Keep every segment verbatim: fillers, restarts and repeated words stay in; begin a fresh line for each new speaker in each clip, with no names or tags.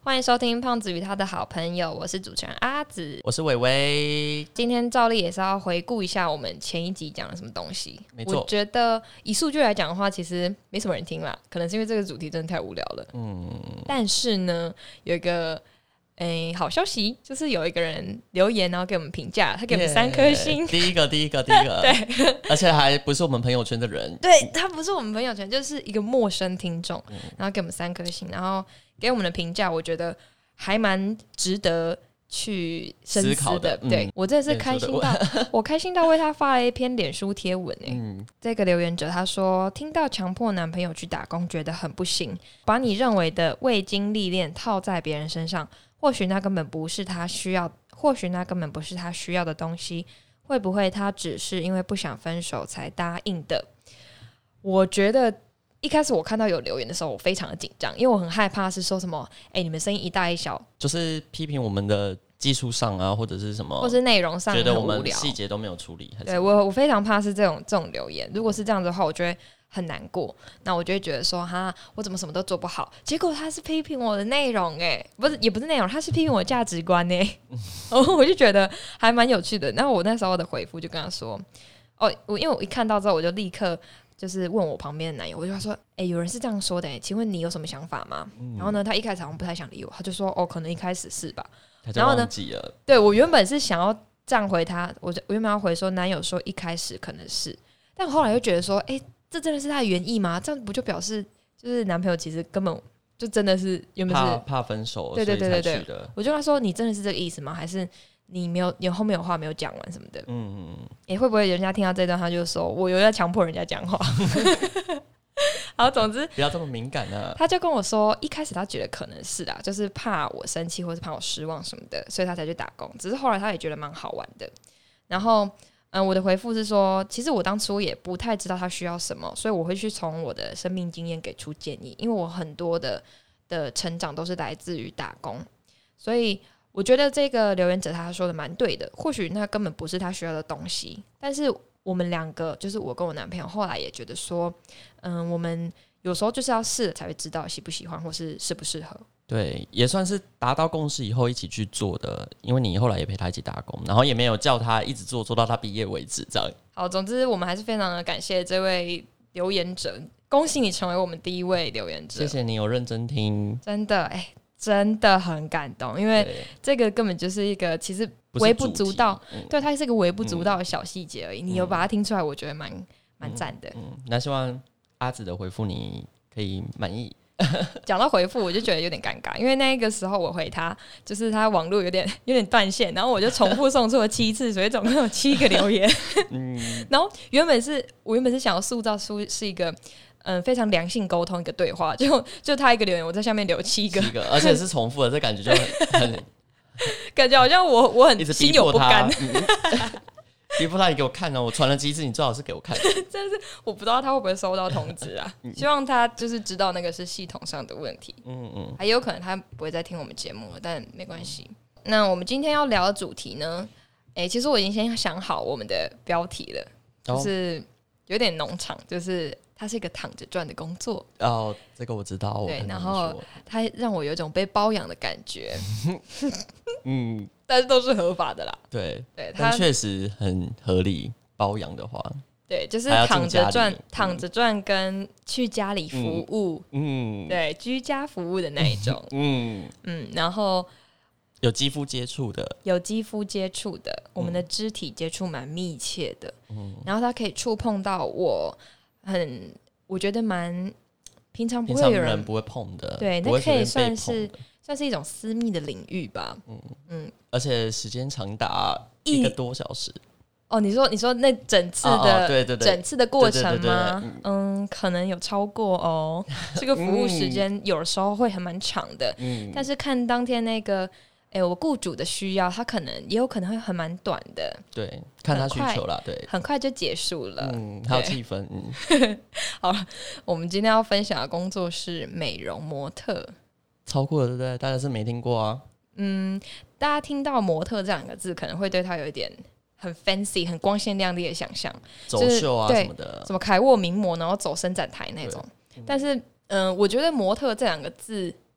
欢迎收听胖子与他的好朋友，我是主持人阿紫，
我是伟伟。
今天照例也是要回顾一下我们前一集讲了什么东西。
没错，
我觉得以数据来讲的话，其实没什么人听啦，可能是因为这个主题真的太无聊了。嗯，但是呢，有一个诶好消息，就是有一个人留言，然后给我们评价，他给我们三颗星。
Yeah, 第一个，第一个，第一个，
对，
而且还不是我们朋友圈的人。
对，他不是我们朋友圈，就是一个陌生听众，嗯、然后给我们三颗星，然后给我们的评价，我觉得还蛮值得去深思的。
思考的
对、嗯、我真的是开心到，我开心到为他发了一篇脸书贴文、欸嗯、这个留言者他说，听到强迫男朋友去打工，觉得很不行，把你认为的未经历练套在别人身上。或许那根本不是他需要，或许那根本不是他需要的东西，会不会他只是因为不想分手才答应的？我觉得一开始我看到有留言的时候，我非常的紧张，因为我很害怕是说什么，哎、欸，你们声音一大一小，
就是批评我们的技术上啊，或者是什么，
或是内容上很无聊，
觉得我们细节都没有处理。
对，我我非常怕是这种这种留言，如果是这样子的话，我觉得很难过，那我就会觉得说，哈，我怎么什么都做不好？结果他是批评我的内容，哎，不是，也不是内容，他是批评我的价值观，哎，然后我就觉得还蛮有趣的。然后我那时候的回复就跟他说，哦，我因为我一看到之后，我就立刻就是问我旁边的男友，我就说，哎、欸，有人是这样说的，哎，请问你有什么想法吗？嗯、然后呢，他一开始好像不太想理我，他就说，哦，可能一开始是吧。
然后呢，
对我原本是想要这样回他，我我原本要回说，男友说一开始可能是，但我后来又觉得说，哎、欸。这真的是他的原意吗？这样不就表示就是男朋友其实根本就真的是原本是
怕, 怕分手，
对对对对对，我就跟他说你真的是这个意思吗？还是你没有你后面有话没有讲完什么的？嗯嗯，哎、欸，会不会人家听到这段他就说我有在强迫人家讲话？好，总之
不要这么敏感啊。
他就跟我说，一开始他觉得可能是啦，就是怕我生气或是怕我失望什么的，所以他才去打工。只是后来他也觉得蛮好玩的，然后。嗯，我的回复是说，其实我当初也不太知道他需要什么，所以我会去从我的生命经验给出建议，因为我很多的的成长都是来自于打工，所以我觉得这个留言者他说的蛮对的，或许那根本不是他需要的东西，但是我们两个，就是我跟我男朋友后来也觉得说，嗯，我们有时候就是要试了才会知道喜不喜欢或是适不适合。
对，也算是达到共识以后一起去做的，因为你后来也陪他一起打工，然后也没有叫他一直做做到他毕业为止这样。
好，总之我们还是非常的感谢这位留言者，恭喜你成为我们第一位留言者。
谢谢你有认真听，
真的哎、欸，真的很感动，因为这个根本就是一个其实微不足道，嗯、对，它是一个微不足道的小细节而已、嗯。你有把它听出来，我觉得蛮蛮赞的、嗯
嗯。那希望阿紫的回复你可以满意。
讲到回复我就觉得有点尴尬，因为那个时候我回他就是他网络有点有点断线，然后我就重复送出了七次，所以总共有七个留言、嗯、然后原本是我原本是想要塑造出是一个嗯非常良性沟通一个对话，就就他一个留言我在下面留七个
七个，而且是重复的，这感觉就很很
感觉好像我我很心有不甘，
逼迫他，你给我看哦！我传了几次，你最好是给我看。
真是我不知道他会不会收到通知啊？希望他就是知道那个是系统上的问题。嗯嗯，还有可能他不会再听我们节目了，但没关系。那我们今天要聊的主题呢？哎、欸，其实我已经先想好我们的标题了，就是有点农场，就是它是一个躺着赚的工作。
哦，这个我知道。
对，然后它让我有一种被包养的感觉。嗯。但是都是合法的啦，
对对，但确实很合理。包养的话，
对，就是躺着赚、躺着赚跟去家里服务，嗯，对，居家服务的那一种，嗯嗯，然后
有肌肤接触的，
有肌肤接触的，我们的肢体接触蛮密切的，嗯，然后它可以触碰到我很，我觉得蛮平常不会有 人,
平常人不会碰的，
对，那可以算是。算是一种私密的领域吧，嗯
嗯，而且时间长达一个多小时。
哦，你说你说那整次的、哦哦、对对对整次的过程吗？对对对对对嗯，可能有超过哦。这个服务时间有的时候会还蛮长的，嗯，但是看当天那个，哎，我雇主的需要，他可能也有可能会很蛮短的。
对，看他需求啦，对，
很快就结束了。
嗯，还有气氛。嗯，
好了，我们今天要分享的工作是美容模特。
超酷的，对不对？大家是没听过啊。
嗯，大家听到模特这两个字，可能会对他有一点很 fancy、很光鲜亮丽的想象，
走秀啊什么的，
什么凯沃名模，然后走伸展台那种。但是，嗯、呃，我觉得模特这两个字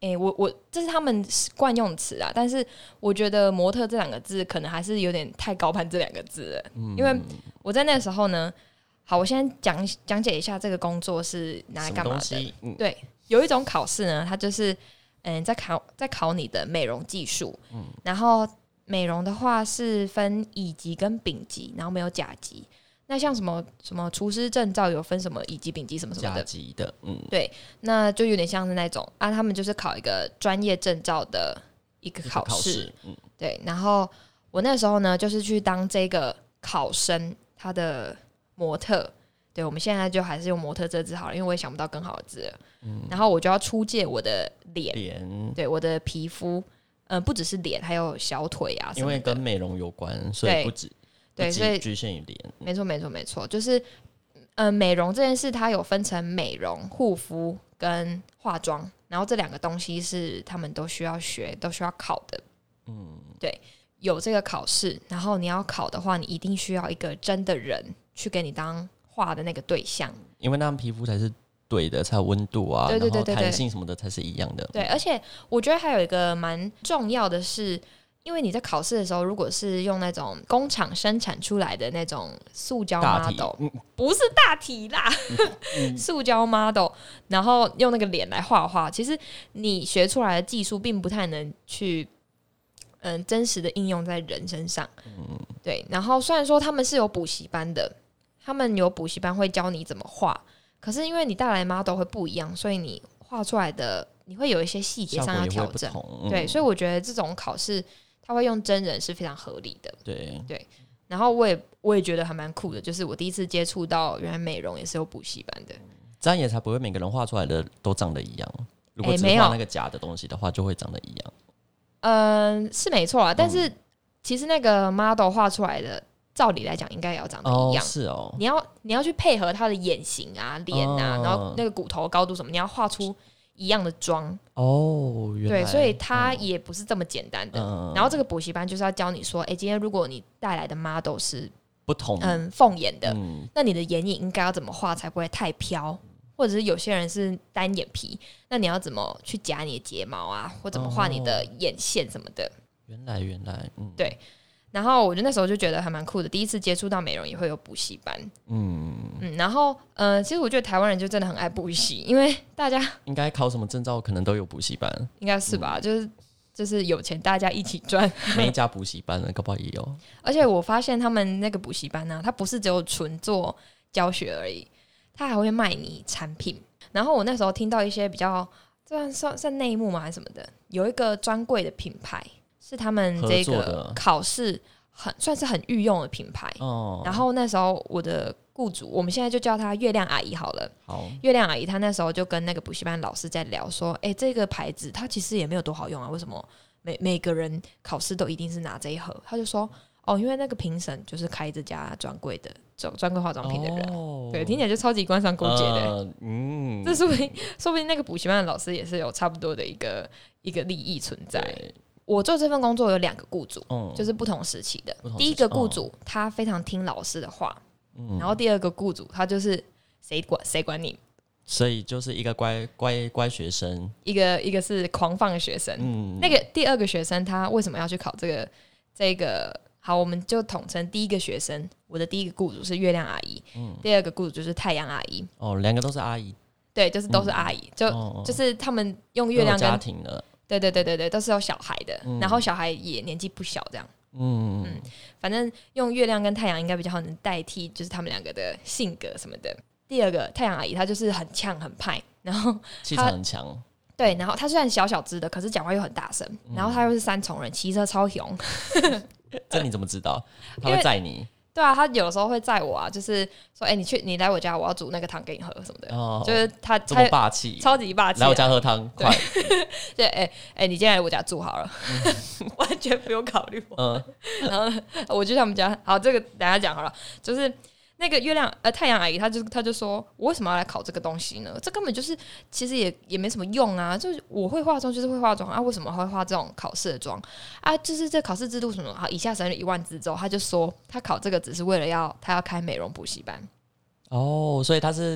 诶、欸，我我这是他们惯用词啊，但是我觉得模特这两个字可能还是有点太高攀这两个字了，嗯、因为我在那个时候呢，好，我先讲讲解一下这个工作是拿来干嘛的。嗯、对，有一种考试呢，它就是嗯在考在考你的美容技术，嗯，然后美容的话是分乙级跟丙级，然后没有甲级。那像什么什么厨师证照有分什么乙级、丙级什么什么的，
甲级的，嗯，
对，那就有点像是那种啊，他们就是考一个专业证照的一个考试，嗯，对。然后我那时候呢，就是去当这个考生他的模特，对，我们现在就还是用模特这字好了，因为我也想不到更好的字了。嗯，然后我就要出借我的脸，对，我的皮肤，嗯、呃，不只是脸，还有小腿啊什么的，
因为跟美容有关，所以不止。
对，所以
局限于脸，
没错，没错，没错，就是，呃，美容这件事，它有分成美容、护肤跟化妆，然后这两个东西是他们都需要学、都需要考的。嗯，对，有这个考试，然后你要考的话，你一定需要一个真的人去给你当画的那个对象，
因为那样皮肤才是对的，才有温度啊，
对对对对对，
弹性什么的才是一样的。
对，而且我觉得还有一个蛮重要的是。因为你在考试的时候，如果是用那种工厂生产出来的那种塑胶 model，、嗯、不是大体啦，嗯、塑胶 model， 然后用那个脸来画画，其实你学出来的技术并不太能去，嗯，真实的应用在人身上。嗯，对。然后虽然说他们是有补习班的，他们有补习班会教你怎么画，可是因为你带来 model 会不一样，所以你画出来的你会有一些细节上要调整。嗯、对，所以我觉得这种考试。他会用真人是非常合理的，
对
对。然后我也我也觉得还蛮酷的，就是我第一次接触到原来美容也是有补习班的，
这样也才不会每个人画出来的都长得一样。如果只画那个假的东西的话，就会长得一样。
嗯、呃，是没错啊，但是、嗯、其实那个 model 画出来的，照理来讲应该也要长得一样。
哦是哦，
你要你要去配合他的眼型啊、脸啊、哦，然后那个骨头高度什么，你要画出。一样的妆
哦，原来
对，所以它也不是这么简单的。嗯、然后这个补习班就是要教你说，哎、欸，今天如果你带来的 model 是
不同，
嗯，凤眼的、嗯，那你的眼影应该要怎么画才不会太飘？或者是有些人是单眼皮，那你要怎么去夹你的睫毛啊，或怎么画你的眼线什么的？哦、
原来原来，嗯，
对。然后我就那时候就觉得还蛮酷的，第一次接触到美容也会有补习班，嗯嗯，然后呃，其实我觉得台湾人就真的很爱补习，因为大家
应该考什么证照可能都有补习班，
应该是吧？嗯、就是就是有钱大家一起赚，
每一家补习班呢，搞不好也有。
而且我发现他们那个补习班呢、啊，它不是只有纯做教学而已，它还会卖你产品。然后我那时候听到一些比较这算算算内幕吗还是什么的，有一个专柜的品牌。是他们这个考试很算是很御用的品牌、哦、然后那时候我的雇主，我们现在就叫她月亮阿姨好了。好，月亮阿姨她那时候就跟那个补习班老师在聊说，哎、欸，这个牌子它其实也没有多好用啊，为什么每每个人考试都一定是拿这一盒？他就说，哦，因为那个评审就是开这家专柜的专柜化妆品的人、哦，对，听起来就超级官商勾结的。呃、嗯，这说不定说不定那个补习班的老师也是有差不多的一个一个利益存在。我做这份工作有两个雇主、嗯，就是不同时期的。期第一个雇主、嗯、他非常听老师的话，嗯、然后第二个雇主他就是谁管谁管你，
所以就是一个乖乖乖学生，
一个一个是狂放的学生。嗯，那个第二个学生他为什么要去考这个这个？好，我们就统称第一个学生。我的第一个雇主是月亮阿姨，嗯、第二个雇主就是太阳阿姨。
哦，两个都是阿姨。对，
就是都是阿姨，嗯、就、哦、就是他们用月亮跟
家庭的。
对对对对对，都是有小孩的、嗯，然后小孩也年纪不小，这样。嗯嗯，反正用月亮跟太阳应该比较好能代替，就是他们两个的性格什么的。第二个太阳阿姨，她就是很呛很派，然后
气场很强。
对，然后她虽然小小只的，可是讲话又很大声、嗯，然后她又是三重人，骑车超凶。
这你怎么知道？她会载你？
对啊，他有时候会载我啊，就是说，哎、欸，你去，你来我家，我要煮那个汤给你喝什么的。哦，就是他
这么霸气，
超级霸气。
来我家喝汤，快！
对，哎哎、欸欸，你今天来我家住好了，嗯、完全不用考虑我。嗯，然后我就他们家，好，这个等一下讲好了，就是那个月亮呃太阳阿姨，她就她就说，我为什么要来考这个东西呢？这根本就是其实也也没什么用啊，就是我会化妆就是会化妆啊，为什么会化这种考试的妆啊？就是这考试制度什么好，以下省略一万字之后，他就说他考这个只是为了要他要开美容补习班。
哦，所以他是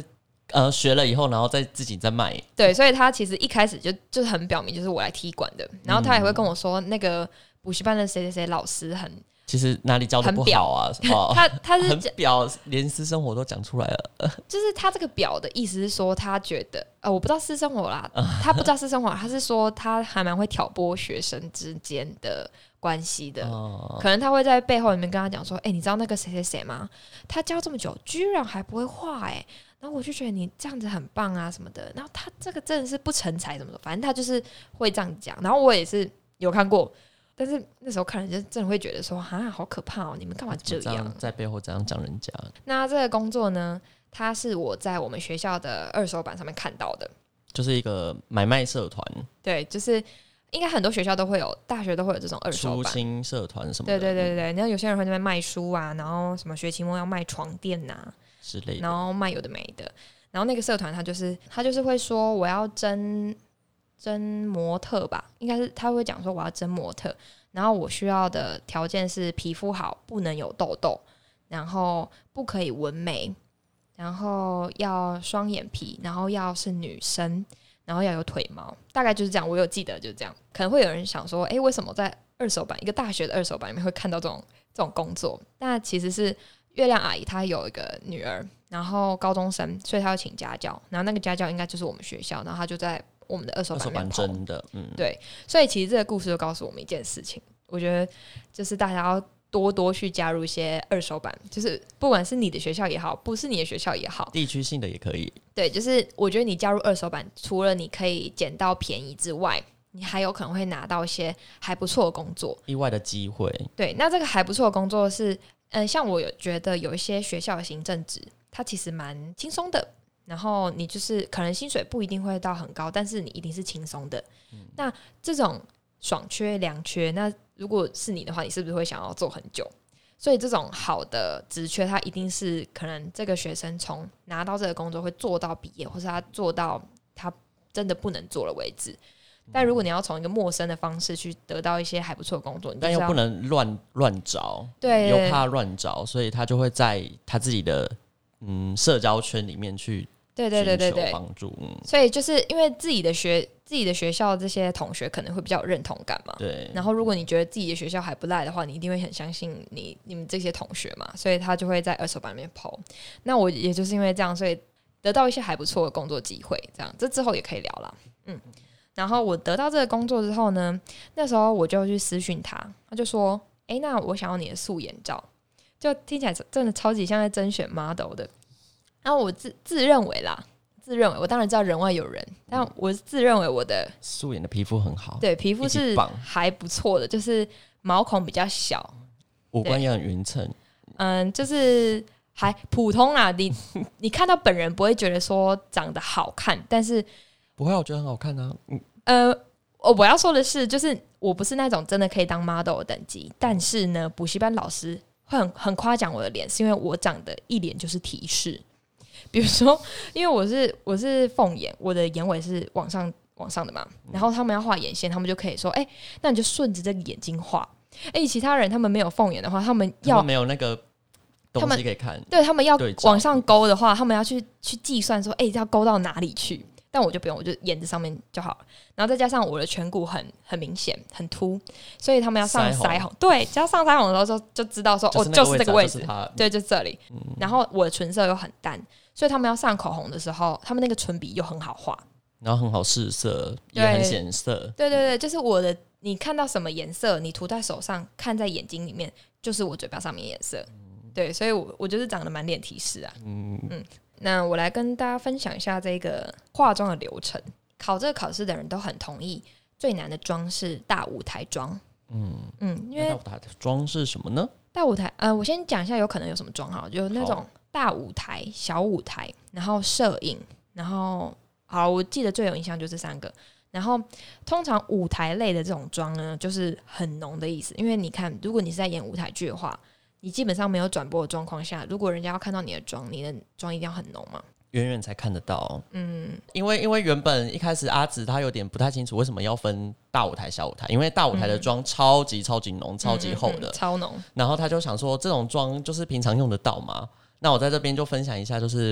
呃学了以后，然后再自己再卖。
对，所以他其实一开始就就是很表明就是我来踢馆的，然后他也会跟我说那个补习班的谁谁谁老师很。
其实哪里教的不好啊？
哦、他他是
很表，连私生活都讲出来了。
就是他这个表的意思是说，他觉得呃，我不知道私生活啦，他不知道私生活，他是说他还蛮会挑拨学生之间的关系的、哦。可能他会在背后里面跟他讲说，哎、欸，你知道那个谁谁谁吗？他教这么久，居然还不会画哎、欸。然后我就觉得你这样子很棒啊什么的。然后他这个真的是不成才怎么说，反正他就是会这样讲。然后我也是有看过。但是那时候看人就真的会觉得说啊，好可怕哦！你们干嘛这样？
在背后这样讲人家？
那这个工作呢，它是我在我们学校的二手版上面看到的，
就是一个买卖社团。
对，就是应该很多学校都会有，大学都会有这种二手版
出清社团什么的。
对对对对对，然后有些人会在那边卖书啊，然后什么学期末要卖床垫啊
之类的，
然后卖有的没的。然后那个社团他就是他就是会说我要争。征模特吧，应该是他会讲说我要征模特，然后我需要的条件是皮肤好，不能有痘痘，然后不可以纹眉，然后要双眼皮，然后要是女生，然后要有腿毛，大概就是这样。我有记得就是这样。可能会有人想说，哎，为什么在二手版一个大学的二手版里面会看到这种这种工作？但其实是月亮阿姨她有一个女儿，然后高中生，所以她要请家教，然后那个家教应该就是我们学校，然后她就在我们的二手版里面
真的，嗯，
对，所以其实这个故事就告诉我们一件事情，我觉得就是大家要多多去加入一些二手版，就是不管是你的学校也好，不是你的学校也好，
地区性的也可以。对，
就是我觉得你加入二手版，除了你可以捡到便宜之外，你还有可能会拿到一些还不错的工作，
意外的机会。
对，那这个还不错的工作是，嗯、呃，像我有觉得有一些学校的行政职，它其实蛮轻松的。然后你就是可能薪水不一定会到很高，但是你一定是轻松的、嗯、那这种爽缺良缺，那如果是你的话，你是不是会想要做很久？所以这种好的职缺，它一定是可能这个学生从拿到这个工作会做到毕业，或是他做到他真的不能做了为止。但如果你要从一个陌生的方式去得到一些还不错的工作，你
但又不能乱乱找，
对，
又怕乱找，所以他就会在他自己的嗯社交圈里面去
对对对对对
帮助、嗯、
所以就是因为自己的学自己的学校这些同学可能会比较有认同感嘛，
对。
然后如果你觉得自己的学校还不赖的话，你一定会很相信你你们这些同学嘛，所以他就会在二手版里面 po。那我也就是因为这样，所以得到一些还不错的工作机会，这样这之后也可以聊啦。嗯，然后我得到这个工作之后呢，那时候我就去私讯他，他就说：“哎，那我想要你的素颜照。”就听起来真的超级像在甄选 model 的。然后我自自认为啦，自认为我当然知道人外有人，但我自认为我的
素颜的皮肤很好，
对，皮肤是还不错的，就是毛孔比较小，
五官也很匀称，
嗯，就是还普通啦。你你看到本人不会觉得说长得好看，但是
不会，我觉得很好看啊。嗯、
呃，我要说的是，就是我不是那种真的可以当 model 的等级，但是呢，补习班老师会很很夸奖我的脸，是因为我长得一脸就是提示。比如说，因为我是我是凤眼，我的眼尾是往上往上的嘛，然后他们要画眼线，他们就可以说，哎、欸，那你就顺着这个眼睛画。哎、欸，其他人他们没有凤眼的话，他们要
他们没有那个东西可以看，
对他们要往上勾的话，他们要去去计算说，哎、欸，要勾到哪里去？但我就不用，我就眼子上面就好了。然后再加上我的颧骨很很明显，很凸，所以他们要上腮红。对，只要上腮红的时候就就知道说，哦，就是这个位置，对，就这里、嗯。然后我的唇色又很淡，所以他们要上口红的时候，他们那个唇笔又很好画，
然后很好试色，也很显色。
对对对，就是我的，你看到什么颜色，你涂在手上，看在眼睛里面，就是我嘴巴上面颜色。嗯、对，所以我我就是长得满脸提示啊。嗯嗯。那我来跟大家分享一下这个化妆的流程。考这个考试的人都很同意，最难的妆是大舞台妆。嗯嗯，因为
大舞台妆是什么呢？
大舞台，呃，我先讲一下有可能有什么妆哈，就那种大舞台、小舞台，然后摄影，然后好，我记得最有印象就这三个。然后通常舞台类的这种妆呢，就是很浓的意思，因为你看，如果你是在演舞台剧的话，你基本上没有转播的状况下，如果人家要看到你的妆，你的妆一定要很浓嘛，
远远才看得到。嗯，因为因为原本一开始阿紫她有点不太清楚为什么要分大舞台小舞台，因为大舞台的妆超级超级浓、嗯、超级厚的、
嗯嗯嗯、超浓，
然后她就想说这种妆就是平常用得到嘛，那我在这边就分享一下，就是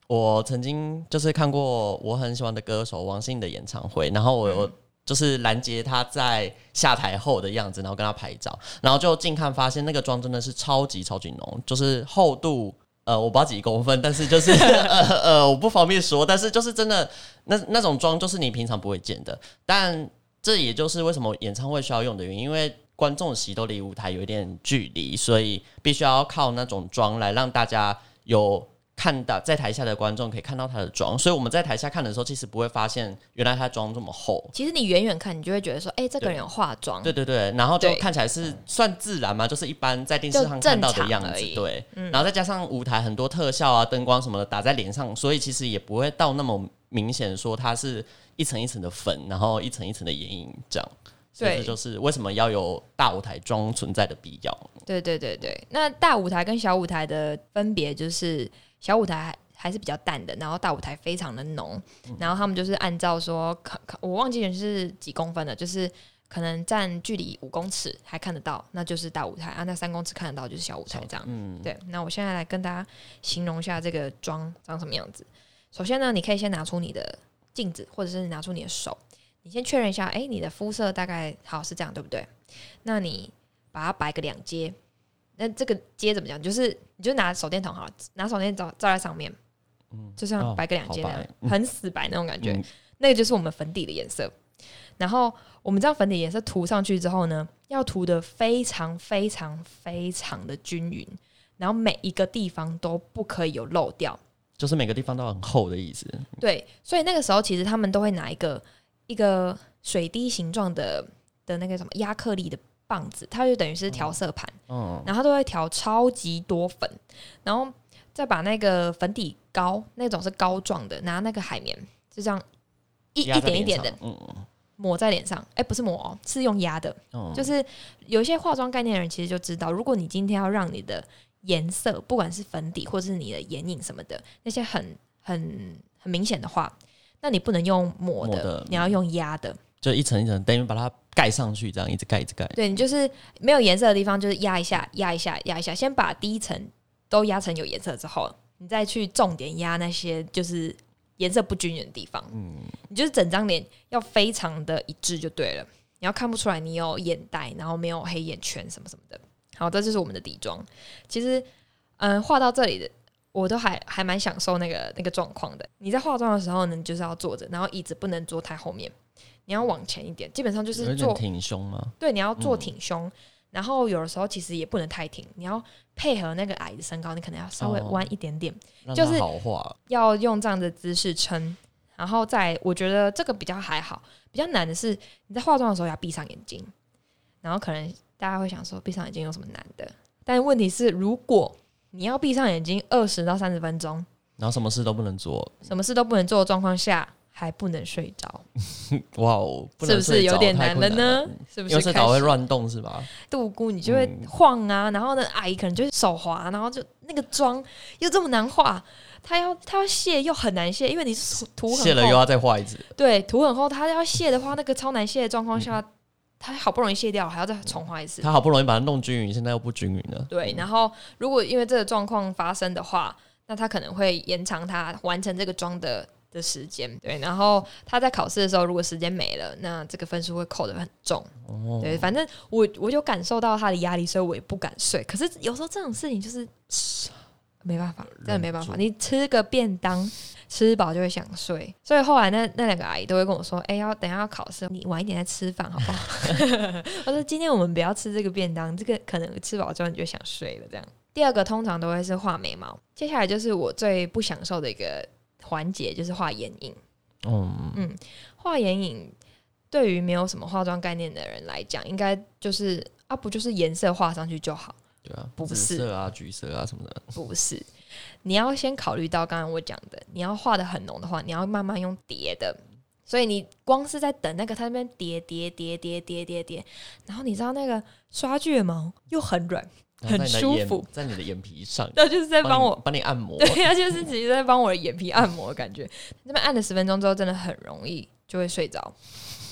我曾经就是看过我很喜欢的歌手王心凌的演唱会，然后我有就是拦截他在下台后的样子，然后跟他拍照，然后就近看发现那个妆真的是超级超级浓，就是厚度呃我不知道几公分，但是就是呃呃我不方便说，但是就是真的那那种妆就是你平常不会见的，但这也就是为什么演唱会需要用的原因，因为观众席都离舞台有一点距离，所以必须要靠那种妆来让大家有看到在台下的观众可以看到他的妆，所以我们在台下看的时候，其实不会发现原来他妆这么厚。
其实你远远看，你就会觉得说，哎、欸，这个人有化妆。
对对对，然后就看起来是算自然嘛，就是一般在电视上看到的样子。对、嗯，然后再加上舞台很多特效啊、灯光什么的打在脸上，所以其实也不会到那么明显，说它是一层一层的粉，然后一层一层的眼影这样。所以这就是为什么要有大舞台妆存在的必要。对
对对对，那大舞台跟小舞台的分别就是。小舞台还是比较淡的，然后大舞台非常的浓，然后他们就是按照说，我忘记是几公分了，就是可能站距离五公尺还看得到，那就是大舞台啊；那三公尺看得到就是小舞台这样。嗯，对。那我现在来跟大家形容一下这个妆长什么样子。首先呢，你可以先拿出你的镜子，或者是拿出你的手，你先确认一下，哎，你的肤色大概好是这样，对不对？那你把它摆个两阶。那这个阶怎么讲？就是你就拿手电筒好了，拿手电筒照在上面，嗯，就像摆个两阶那样、哦嗯，很死白那种感觉、嗯。那个就是我们粉底的颜色。然后我们这样粉底颜色涂上去之后呢，要涂得非常非常非常的均匀，然后每一个地方都不可以有漏掉，
就是每个地方都很厚的意思。
对，所以那个时候其实他们都会拿一个一个水滴形状的的那个什么亚克力的棒子，它就等于是调色盘、嗯，然后它都会调超级多粉，然后再把那个粉底膏，那种是膏状的，拿那个海绵就这样一一点一点的抹在脸上，哎、欸，不是抹哦，是用压的、嗯，就是有一些化妆概念的人其实就知道，如果你今天要让你的颜色，不管是粉底或是你的眼影什么的，那些很很很明显的话，那你不能用抹 的, 抹的，你要用压的。
就一层一层，等于把它盖上去，这样一直盖一直盖。
对，你就是没有颜色的地方，就是压一下，压一下，压一下，先把第一层都压成有颜色之后，你再去重点压那些就是颜色不均匀的地方。嗯，你就是整张脸要非常的一致就对了，你要看不出来你有眼袋，然后没有黑眼圈什么什么的。好，这就是我们的底妆。其实，嗯，画到这里的我都还还蛮享受那个那个状况的。你在化妆的时候呢，你就是要坐着，然后椅子不能坐太后面。你要往前一点，基本上就是做
挺胸吗？
对，你要做挺胸、嗯，然后有的时候其实也不能太挺，你要配合那个矮的身高，你可能要稍微弯一点点，
哦、
就是
好画，
要用这样的姿势撑。然后再，我觉得这个比较还好，比较难的是你在化妆的时候要闭上眼睛，然后可能大家会想说闭上眼睛有什么难的？但问题是，如果你要闭上眼睛二十到三十分钟，
然后什么事都不能做，
什么事都不能做的状况下。还不能睡着，
哇哦，
是不是有点难了呢？是不是？
因为睡着会乱动是吧？
度菇你就会晃啊，嗯、然后呢，阿姨可能就是手滑，然后就那个妆又这么难画，她要她要卸又很难卸，因为你是涂很厚，
卸了又要再画一次。
对，涂很厚，她要卸的话，那个超难卸的状况下，她、嗯、好不容易卸掉，还要再重画一次。
她好不容易把它弄均匀，现在又不均匀了。
对，然后如果因为这个状况发生的话，那她可能会延长她完成这个妆的。的时间对，然后他在考试的时候，如果时间没了，那这个分数会扣得很重。哦、对，反正我我就感受到他的压力，所以我也不敢睡。可是有时候这种事情就是没办法，真的没办法。你吃个便当，吃饱就会想睡。所以后来那那两个阿姨都会跟我说：“哎、欸，要等一下要考试，你晚一点再吃饭好不好？”我说：“今天我们不要吃这个便当，这个可能吃饱之后你就想睡了。”这样。第二个通常都会是画眉毛，接下来就是我最不享受的一个。环节就是画眼影，嗯嗯，画眼影对于没有什么化妆概念的人来讲，应该就是啊，不就是颜色画上去就好？
对啊，
不是
紫色啊、橘色啊什么的，
不是。你要先考虑到刚刚我讲的，你要画的很浓的话，你要慢慢用叠的，所以你光是在等那个它那边叠叠叠叠叠叠叠，然后你知道那个刷具的毛又很软。很舒服，
在你的眼皮上，
那就是在帮我
帮你按摩，
对，他就是直接在帮我的眼皮按摩的感觉。那边按了十分钟之后，真的很容易就会睡着。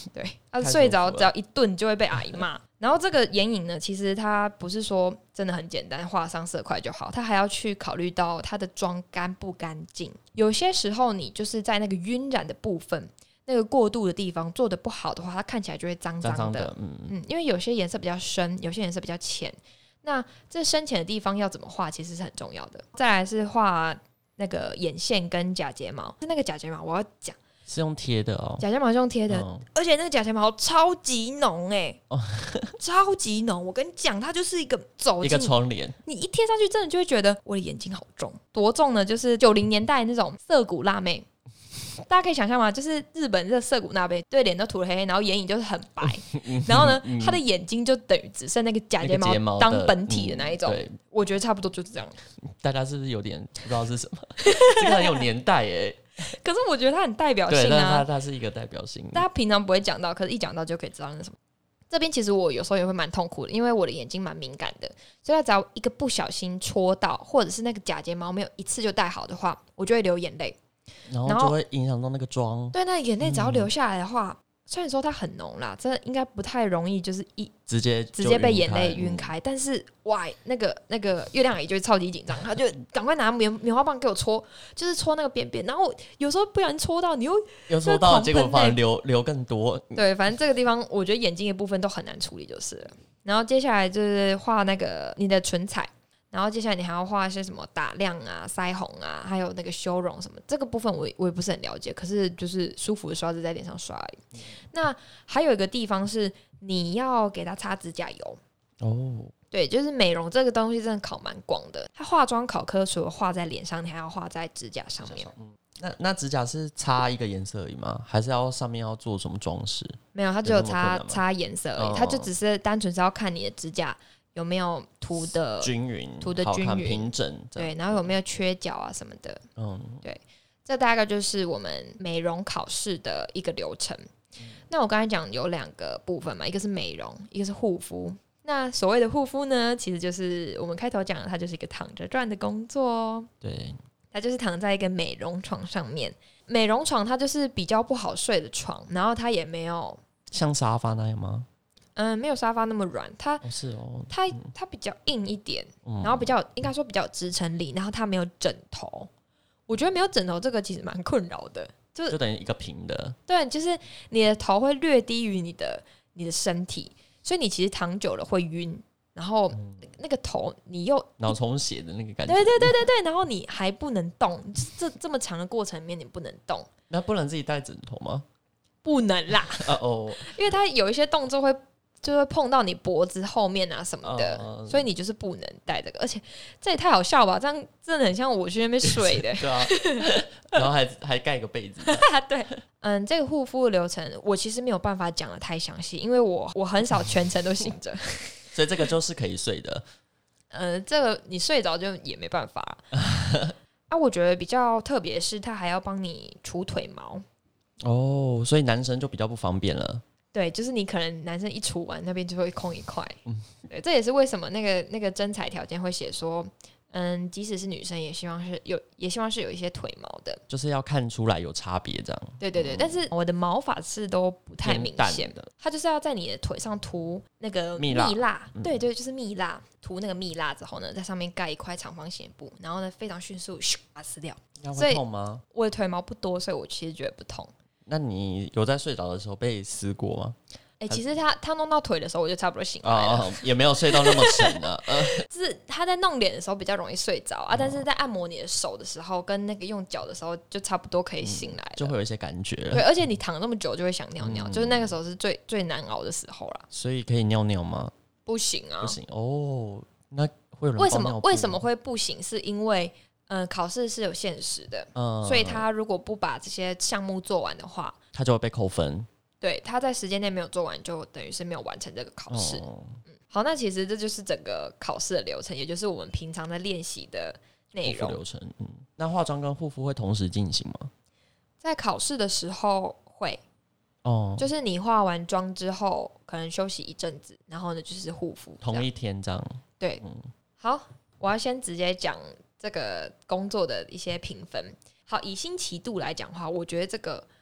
对，他、啊、睡着只要一顿就会被阿姨骂。然后这个眼影呢，其实它不是说真的很简单，画上色块就好，它还要去考虑到它的妆干不干净。有些时候你就是在那个晕染的部分，那个过渡的地方做的不好的话，它看起来就会脏脏的。脏脏的嗯嗯，因为有些颜色比较深，有些颜色比较浅。那这深浅的地方要怎么画，其实是很重要的。再来是画那个眼线跟假睫毛，那个假睫毛我要讲。
是用贴的哦，
假睫毛是用贴的、哦，而且那个假睫毛超级浓哎、欸哦，超级浓！我跟你讲，它就是一个走
一个窗帘，
你一贴上去，真的就会觉得我的眼睛好重，多重呢？就是九零年代那种涩谷辣妹，大家可以想象吗？就是日本的涩谷辣妹，对脸都涂了黑黑，然后眼影就是很白，然后呢，她的眼睛就等于只剩那个假睫毛当本体的那一种。嗯、我觉得差不多就是这样。
大家是不是有点不知道是什么？这个很有年代哎、欸。
可是我觉得它很代表性啊，
对，但是 它, 它是一个代表性的，
大家平常不会讲到，可是一讲到就可以知道那是什么。这边其实我有时候也会蛮痛苦的，因为我的眼睛蛮敏感的，所以它只要一个不小心戳到，或者是那个假睫毛没有一次就戴好的话，我就会流眼泪，
然后就会影响到那个妆。
对，那眼泪只要流下来的话。嗯，虽然说它很浓啦，这应该不太容易，就是一
直接
直接被眼泪晕开、嗯。但是哇，那个那个月亮阿姨就会超级紧张，她就赶快拿棉棉花棒给我戳，就是戳那个边边。然后有时候不小心戳到，你又
又戳到，结果反而流流更多。
对，反正这个地方我觉得眼睛的部分都很难处理就是了。然后接下来就是画那个你的唇彩。然后接下来你还要画一些什么打亮啊、腮红啊，还有那个修容什么，这个部分我我也不是很了解，可是就是舒服的刷子在脸上刷而已、嗯。那还有一个地方是你要给它擦指甲油哦，对，就是美容这个东西真的考蛮广的，它化妆考科除了画在脸上，你还要画在指甲上面。
嗯、那那指甲是擦一个颜色而已吗？还是要上面要做什么装饰？
没有，它只有擦擦颜色而已、哦，它就只是单纯是要看你的指甲。有没有涂的
均匀，
涂的均匀
平整，
对，然后有没有缺角啊什么的，嗯，对，这大概就是我们美容考试的一个流程。嗯、那我刚才讲有两个部分嘛，一个是美容，一个是护肤。那所谓的护肤呢，其实就是我们开头讲的，它就是一个躺着赚的工作哦。
对，
它就是躺在一个美容床上面，美容床它就是比较不好睡的床，然后它也没有
像沙发那样吗？
嗯，没有沙发那么软，它、
哦是哦，
它它比较硬一点、嗯，然后比较应该说比较有支撑力，然后它没有枕头。我觉得没有枕头这个其实蛮困扰的，就
就等于一个平的，
对，就是你的头会略低于你的你的身体，所以你其实躺久了会晕，然后那个头你又
脑充血的那个感觉，
对对对对对，然后你还不能动，这这么长的过程里面你不能动，
那不能自己带枕头吗？
不能啦，
啊哦，
因为它有一些动作会。就会碰到你脖子后面啊什么的，uh, 所以你就是不能戴这个，而且这也太好笑吧？这样真的很像我去那边睡的，
对啊，然后还还盖个被子，
对，嗯，这个护肤的流程我其实没有办法讲得太详细，因为我我很少全程都醒着，
所以这个就是可以睡的，
呃，这个你睡着就也没办法啊。我觉得比较特别是，它还要帮你除腿毛
哦，所以男生就比较不方便了。
对，就是你可能男生一除完那边就会空一块、嗯，对，这也是为什么那个那个征才条件会写说，嗯，即使是女生也希望是有，也希望是有一些腿毛的，
就是要看出来有差别这样。
对对对、嗯，但是我的毛发是都不太明显的，它就是要在你的腿上涂那个蜜蜡，蜜蜡嗯、对对，就是蜜蜡，涂那个蜜蜡之后呢，在上面盖一块长方形布，然后呢非常迅速咻把它撕掉。
那会痛吗？
我的腿毛不多，所以我其实觉得不痛。
那你有在睡着的时候被撕过吗？
哎、欸，其实他他弄到腿的时候，我就差不多醒来了，
哦、也没有睡到那么沉啊。
就是他在弄脸的时候比较容易睡着啊、哦，但是在按摩你的手的时候，跟那个用脚的时候，就差不多可以醒来了、嗯，
就会有一些感觉了。
对，而且你躺那么久就会想尿尿、嗯，就是那个时候是最最难熬的时候啦。
所以可以尿尿吗？
不行啊，
不行哦。那会有人
为什么为什么会不行？是因为嗯、呃，考试是有限时的、嗯，所以他如果不把这些项目做完的话，
他就会被扣分。
对，他在时间内没有做完，就等于是没有完成这个考试、哦嗯。好，那其实这就是整个考试的流程，也就是我们平常在练习的内容
流程。嗯，那化妆跟护肤会同时进行吗？
在考试的时候会，哦，就是你化完妆之后，可能休息一阵子，然后呢就是护肤，
同一天这样。
对，嗯，好，我要先直接讲这个工作的一些评分。好，以新奇度来讲的话，我觉得这个。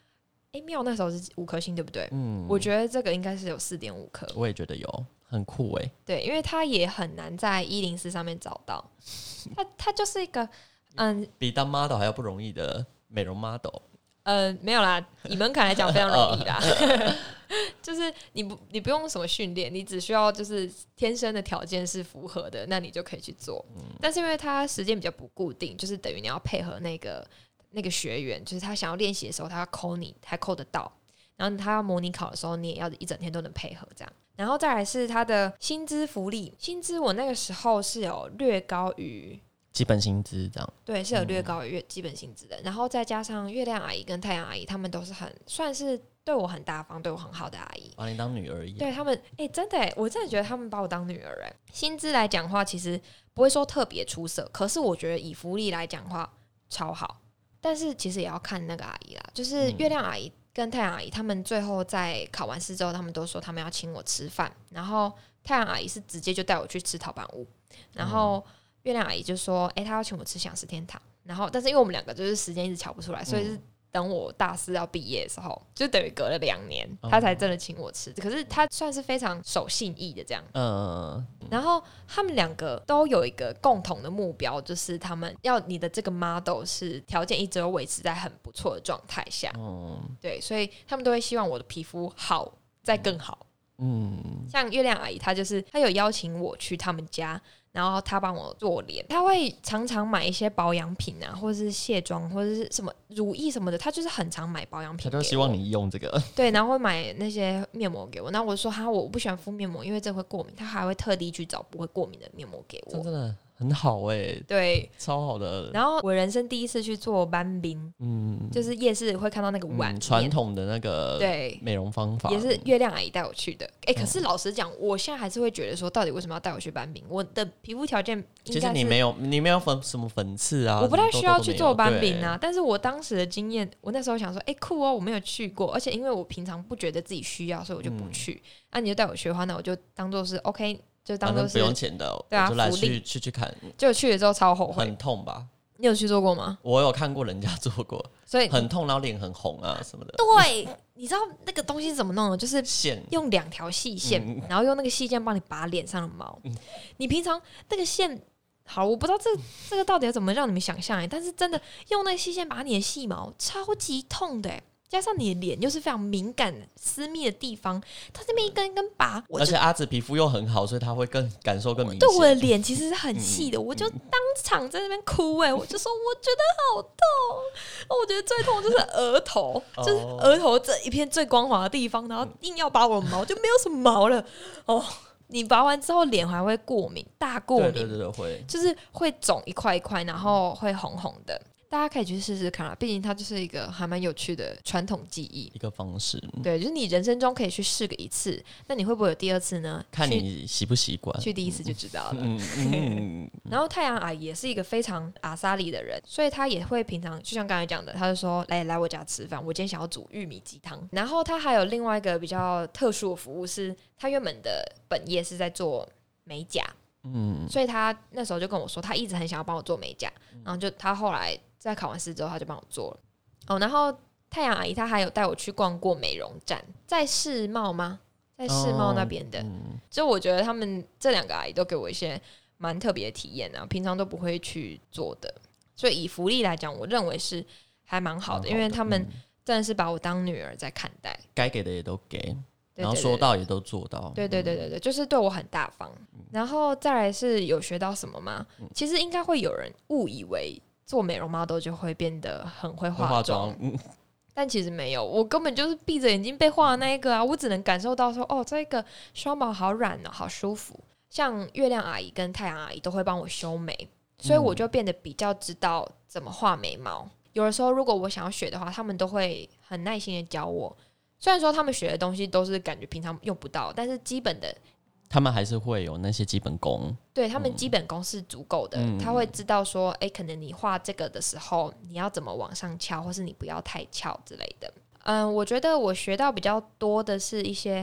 哎、欸，妙那时候是五颗星对不对？嗯，我觉得这个应该是有四点五颗。
我也觉得有，很酷哎、欸。
对，因为它也很难在一零四上面找到，它它就是一个嗯，
比当 model 还要不容易的美容 model。
呃，没有啦，以门槛来讲非常容易啦。就是你不你不用什么训练，你只需要就是天生的条件是符合的，那你就可以去做。嗯、但是因为它时间比较不固定，就是等于你要配合那个那个学员，就是他想要练习的时候，他要扣你还扣得到，然后他要模拟考的时候，你也要一整天都能配合这样。然后再来是他的薪资福利，薪资我那个时候是有略高于
基本薪资这样，
对，是有略高于基本薪资的、嗯。然后再加上月亮阿姨跟太阳阿姨，他们都是很算是对我很大方、对我很好的阿姨，
把你当女儿一样。
对他们，哎、欸，真的哎，我真的觉得他们把我当女儿哎。薪资来讲的话，其实不会说特别出色，可是我觉得以福利来讲的话超好。但是其实也要看那个阿姨啦，就是月亮阿姨跟太阳阿姨，他们最后在考完试之后，他们都说他们要请我吃饭，然后太阳阿姨是直接就带我去吃陶板屋，然后。嗯月亮阿姨就说：“哎、欸，她要请我吃享食天堂。”然后，但是因为我们两个就是时间一直瞧不出来，所以是等我大四要毕业的时候，就等于隔了两年，她才真的请我吃。可是她算是非常守信义的这样。嗯。然后他们两个都有一个共同的目标，就是他们要你的这个 model 是条件一直都维持在很不错的状态下。嗯。对，所以他们都会希望我的皮肤好，再更好。嗯。像月亮阿姨，她就是她有邀请我去他们家。然后他帮我做脸，他会常常买一些保养品啊，或者是卸妆，或者是什么乳液什么的，他就是很常买保养品给我。
他就希望你用这个。
对，然后会买那些面膜给我。然后我说哈，我不喜欢敷面膜，因为这会过敏。他还会特地去找不会过敏的面膜给我。
真的很好哎、欸，
对，
超好的。
然后我人生第一次去做斑冰，嗯，就是夜市会看到那个碗，
传、嗯、统的那个对美容方法，
也是月亮阿姨带我去的。哎、欸，可是老实讲，我现在还是会觉得说，到底为什么要带我去斑冰？我的皮肤条件应该是，
其实你没有，你没有粉什么粉刺啊，
我不太需要去做斑冰啊。但是我当时的经验，我那时候想说，哎、欸，酷哦，我没有去过，而且因为我平常不觉得自己需要，所以我就不去。那、嗯啊、你就带我去的话，那我就当做是 OK。就当做是
不用钱的，
对啊，
就来去去去看，
就去了之后超后悔，
很痛吧？
你有去做过吗？
我有看过人家做过，
所以
很痛，然后脸很红啊什么的。
对，你知道那个东西是怎么弄的？就是
线
用两条细线、嗯，然后用那个细线帮你拔脸上的毛。嗯、你平常那个线，好，我不知道这这个到底要怎么让你们想象哎，但是真的用那个细线拔你的细毛，超级痛的哎。加上你的脸又是非常敏感私密的地方，它这边一根一根拔，
而且阿紫皮肤又很好，所以他会更感受更明显。
对，我的脸其实是很细的、嗯，我就当场在那边哭哎、欸，我就说我觉得好痛，我觉得最痛就是额头，哦、就是额头这一片最光滑的地方，然后硬要拔我的毛，就没有什么毛了哦。你拔完之后脸还会过敏，大过敏，
对对对，会
就是会肿一块一块，然后会红红的。大家可以去试试看啦，毕竟它就是一个还蛮有趣的传统技艺，
一个方式。
对，就是你人生中可以去试个一次，那你会不会有第二次呢？
看你习不习惯，
去第一次就知道了。
嗯嗯、
然后太阳阿姨也是一个非常阿萨里的人，所以她也会平常就像刚才讲的，她就说来来我家吃饭，我今天想要煮玉米鸡汤。然后她还有另外一个比较特殊的服务是，她原本的本业是在做美甲。嗯，所以他那时候就跟我说，他一直很想要帮我做美甲，然后就他后来在考完试之后，他就帮我做了。哦，然后太阳阿姨她还有带我去逛过美容展，在世贸吗？在世贸那边的、哦嗯，就我觉得他们这两个阿姨都给我一些蛮特别的体验啊，平常都不会去做的。所以以福利来讲，我认为是还蛮好的，因为他们真的是把我当女儿在看待，
该给的也都给。然后说到也都做到，
对对对对对，就是对我很大方。嗯、然后再来是有学到什么吗？嗯、其实应该会有人误以为做美容 model 就会变得很会化妆，嗯、但其实没有，我根本就是闭着眼睛被画的那一个啊！我只能感受到说，哦，这个双毛好软哦，好舒服。像月亮阿姨跟太阳阿姨都会帮我修眉，所以我就变得比较知道怎么画眉毛。嗯、有的时候如果我想要学的话，他们都会很耐心的教我。虽然说他们学的东西都是感觉平常用不到，但是基本的
他们还是会有那些基本功，
对，他们基本功是足够的、嗯、他会知道说哎，可能你画这个的时候你要怎么往上翘，或是你不要太翘之类的。嗯，我觉得我学到比较多的是一些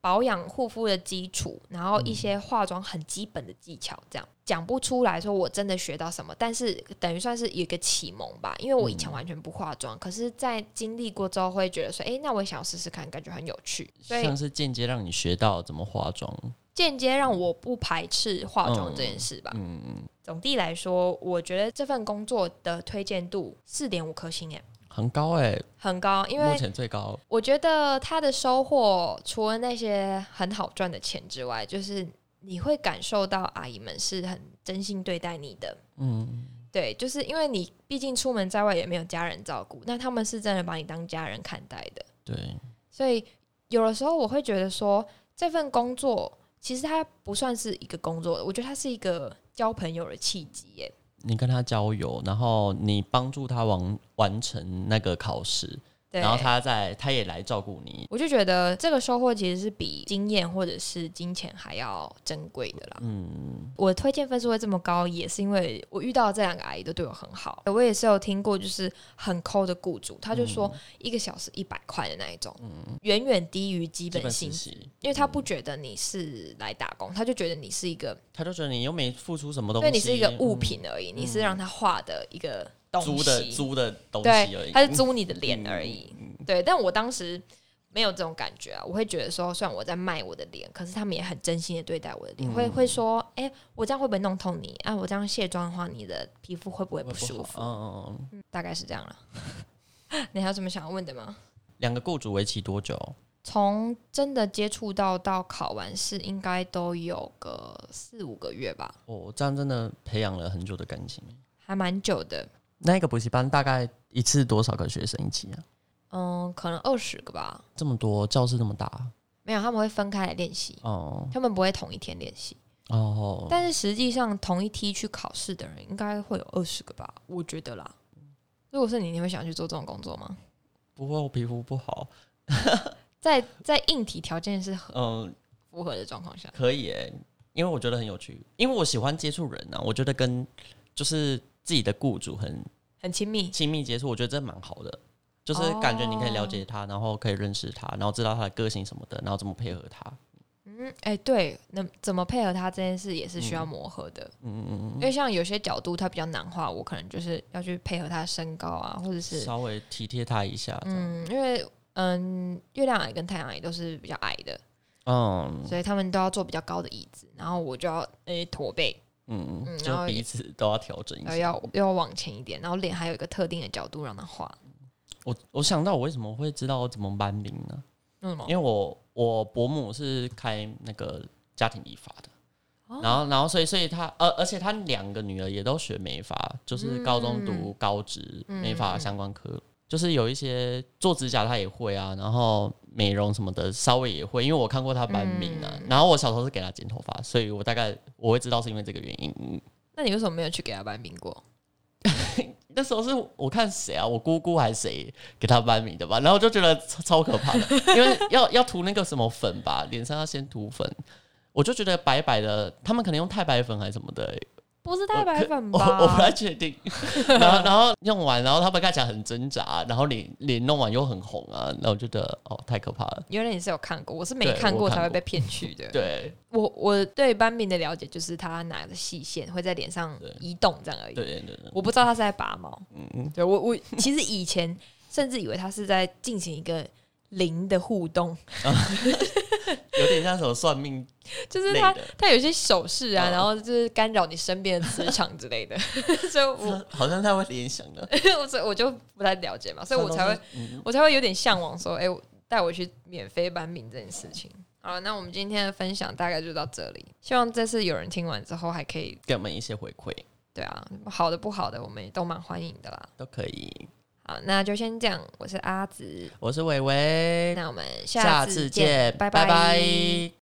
保养护肤的基础，然后一些化妆很基本的技巧，这样讲不出来说我真的学到什么，但是等于算是有一个启蒙吧。因为我以前完全不化妆、嗯，可是在经历过之后会觉得说，哎、欸，那我也想要试试看，感觉很有趣，所以
像是间接让你学到怎么化妆，
间接让我不排斥化妆这件事吧。嗯嗯。总的来说，我觉得这份工作的推荐度四点五颗星，哎。
很高哎、欸，
很高，因为
目前最高。
我觉得他的收获除了那些很好赚的钱之外，就是你会感受到阿姨们是很真心对待你的。嗯，对，就是因为你毕竟出门在外也没有家人照顾，那他们是真的把你当家人看待的。
对，
所以有的时候我会觉得说，这份工作其实它不算是一个工作，我觉得它是一个交朋友的契机耶。
你跟他交友，然后你帮助他完完成那个考试，然后他在他也来照顾你，
我就觉得这个收获其实是比经验或者是金钱还要珍贵的啦。嗯，我推荐分数会这么高，也是因为我遇到的这两个阿姨都对我很好。我也是有听过，就是很抠的雇主，他就说一个小时一百块的那一种，嗯，远远低于基本薪资，因为他不觉得你是来打工，他就觉得你是一个，
他就觉得你又没付出什么东西，
对，你是一个物品而已，嗯，你是让他画的一个。
租的租的东西而已，
对，他是租你的脸而已、嗯嗯。对，但我当时没有这种感觉啊，我会觉得说，虽然我在卖我的脸，可是他们也很真心的对待我的脸，嗯、会会说，哎、欸，我这样会不会弄痛你啊？我这样卸妆的话，你的皮肤会不会不舒服？嗯嗯，大概是这样了。你还有什么想要问的吗？
两个雇主为期多久？
从真的接触到到考完试，应该都有个四五个月吧。
哦，这样真的培养了很久的感情，
还蛮久的。
那个补习班大概一次多少个学生一起啊？
嗯，可能二十个吧。
这么多，教室这么大？
没有，他们会分开来练习。哦，他们不会同一天练习。哦，但是实际上同一梯去考试的人应该会有二十个吧？我觉得啦。如果是你，你会想去做这种工作吗？
不会，我皮肤不好。
在在硬体条件是很符合的状况下，
嗯、可以耶，因为我觉得很有趣，因为我喜欢接触人啊，我觉得跟就是自己的雇主很
很亲密
亲密接触，我觉得这蛮好的，就是感觉你可以了解他，然后可以认识他，然后知道他的个性什么的，然后怎么配合他。
嗯，哎、欸，对，那怎么配合他这件事也是需要磨合的。嗯嗯嗯，因为像有些角度他比较难画，我可能就是要去配合他的身高啊，或者是
稍微体贴他一下。
嗯，因为嗯，月亮矮跟太阳矮都是比较矮的，嗯，所以他们都要坐比较高的椅子，然后我就要诶驼背。
嗯嗯，就彼此都要调整一下，
要要往前一点，然后脸还有一个特定的角度让它画。
我我想到我为什么会知道怎么班名呢？嗯，因为我我伯母是开那个家庭理发的，哦、然后然后所以所以他而而且他两个女儿也都学美发，就是高中读高职、嗯、美发相关科。嗯，就是有一些做指甲他也会啊，然后美容什么的稍微也会，因为我看过他班名啊、嗯。然后我小时候是给他剪头发，所以我大概我会知道是因为这个原因。
那你为什么没有去给他班名过？
那时候是我看谁啊，我姑姑还是谁给他班名的吧，然后我就觉得超可怕的，因为要要涂那个什么粉吧，脸上要先涂粉，我就觉得白白的，他们可能用太白粉还是什么的、欸。
不是太白粉吧？
我, 我, 我不太确定。然后，然后用完，然后他们看起来很挣扎，然后脸脸弄完又很红啊，然后我觉得哦，太可怕了。
原来你是有看过，我是没看过才会被骗去的。
对，
我我对班名的了解就是他拿着细线会在脸上移动这样而已。
对对 对, 对，
我不知道他是在拔毛。嗯，对我我其实以前甚至以为他是在进行一个灵的互动。
有点像什么算命，
就是他他有一些手势啊、哦，然后就是干扰你身边的磁场之类的，所以我
好像他会联想的，
所以我就不太了解嘛，所以我才会、嗯、我才会有点向往说，哎、欸，带我去免费班名这件事情。好了，那我们今天的分享大概就到这里，希望这次有人听完之后还可以
给我们一些回馈。
对啊，好的不好的我们也都蛮欢迎的啦，
都可以。
好，那就先这样。我是阿紫，
我是伟伟，
那我们
下次见，
拜拜。
拜拜。